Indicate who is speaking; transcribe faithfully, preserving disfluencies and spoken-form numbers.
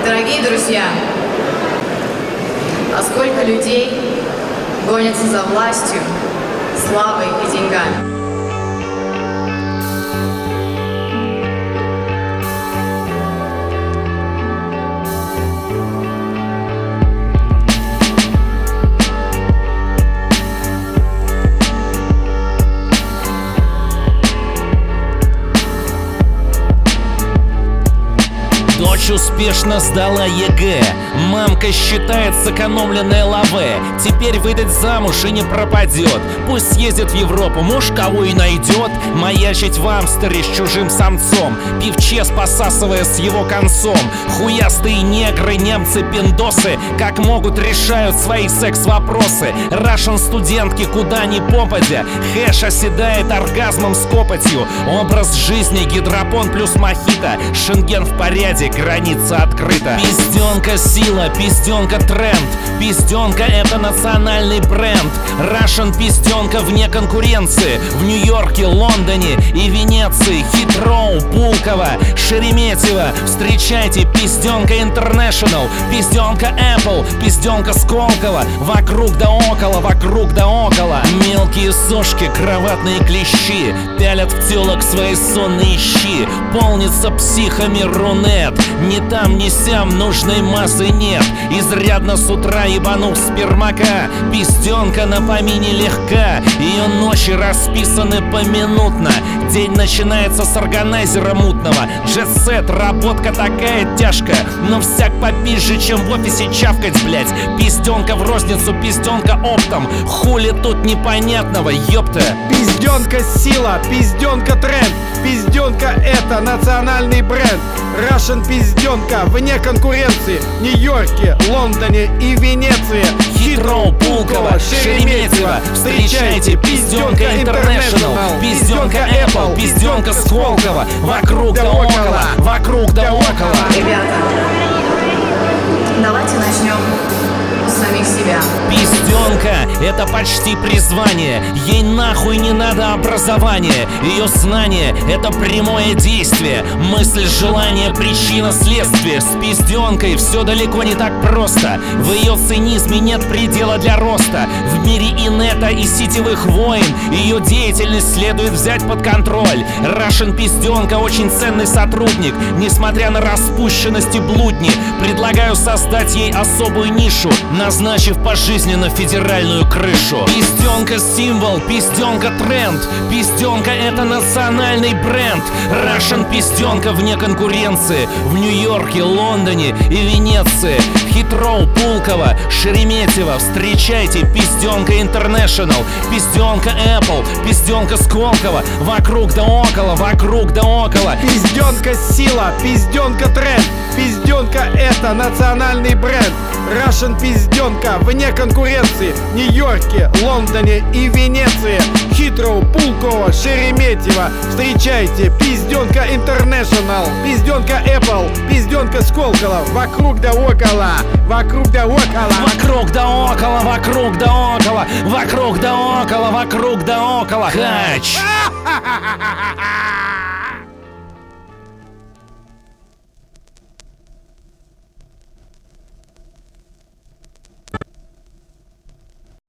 Speaker 1: Дорогие друзья, а сколько людей гонятся за властью, славой и деньгами?
Speaker 2: Дочь успешно сдала ЕГЭ. Мамка считает сэкономленное лаве. Теперь выйдет замуж и не пропадет. Пусть съездит в Европу, может, кого и найдет. Маячить в Амстере с чужим самцом, пивчес посасывая с его концом. Хуястые негры, немцы, пиндосы как могут решают свои секс-вопросы. Рашен студентки куда ни попадя. Хэш оседает оргазмом с копотью. Образ жизни гидропон плюс мохито. Шенген в порядке, граница открыта. Пизденка сила, пизденка тренд. Пизденка это национальный бренд. Russian пизденка вне конкуренции. В Нью-Йорке, Лондоне и Венеции. Хитроу, Пулково, Шереметьево. Встречайте пизденка International. Пизденка Apple, пизденка Сколково. Вокруг да около, вокруг да около. Мелкие сошки, кроватные клещи пялят в телок свои сонные щи. Полнится психами Рунет. Ни там, ни сям нужной массы нет. Изрядно с утра ебанув спермака. Пизденка на помине легка. Ее ночи расписаны поминутно. День начинается с органайзера мутного. Джет-сет, работка такая тяжкая. Но всяк попизже, чем в офисе чавкать, блять. Пизденка в розницу, пизденка оптом. Хули тут непонятного, ёпта.
Speaker 3: Пизденка сила, пизденка тренд. Пизденка это национальный бренд. Russian пизденка вне конкуренции. В Нью-Йорке, Лондоне и Венеции.
Speaker 2: Хитроу, Пулково, Шереметьево. Встречайте пизденка International. Пизденка Apple, пизденка Сколково. Вокруг да около, вокруг да около.
Speaker 1: Ребята, давайте начнем с самих себя.
Speaker 2: Пизденка — это почти призвание. Ей нахуй не надо образование. Ее знание — это прямое действие. Мысль, желание, причина, следствие. С пизденкой все далеко не так просто. В ее цинизме нет предела для роста. В мире инета и сетевых войн ее деятельность следует взять под контроль. Russian пизденка очень ценный сотрудник. Несмотря на распущенность и блудни, предлагаю создать ей особую нишу, назначив пожизненно федеральную крышу. Пизденка символ, пизденка тренд. Пизденка это национальный бренд. Russian пизденка вне конкуренции. В Нью-Йорке, Лондоне и Венеции. Хитроу, Пулково, Шереметьево. Встречайте пизденка International. Пизденка Apple, пизденка Сколково. Вокруг да около, вокруг да около.
Speaker 3: Пизденка сила, пизденка тренд. Пизденка это национальный бренд. Russian пизденка вне конкуренции. В Нью-Йорке, Лондоне и Венеции. Хитроу, Пулково, Шереметьево. Встречайте пизденка International. Пизденка Apple, пизденка Сколково. Вокруг да около, вокруг да около.
Speaker 2: Вокруг да около, вокруг да около. Вокруг да около, вокруг да около. Хач.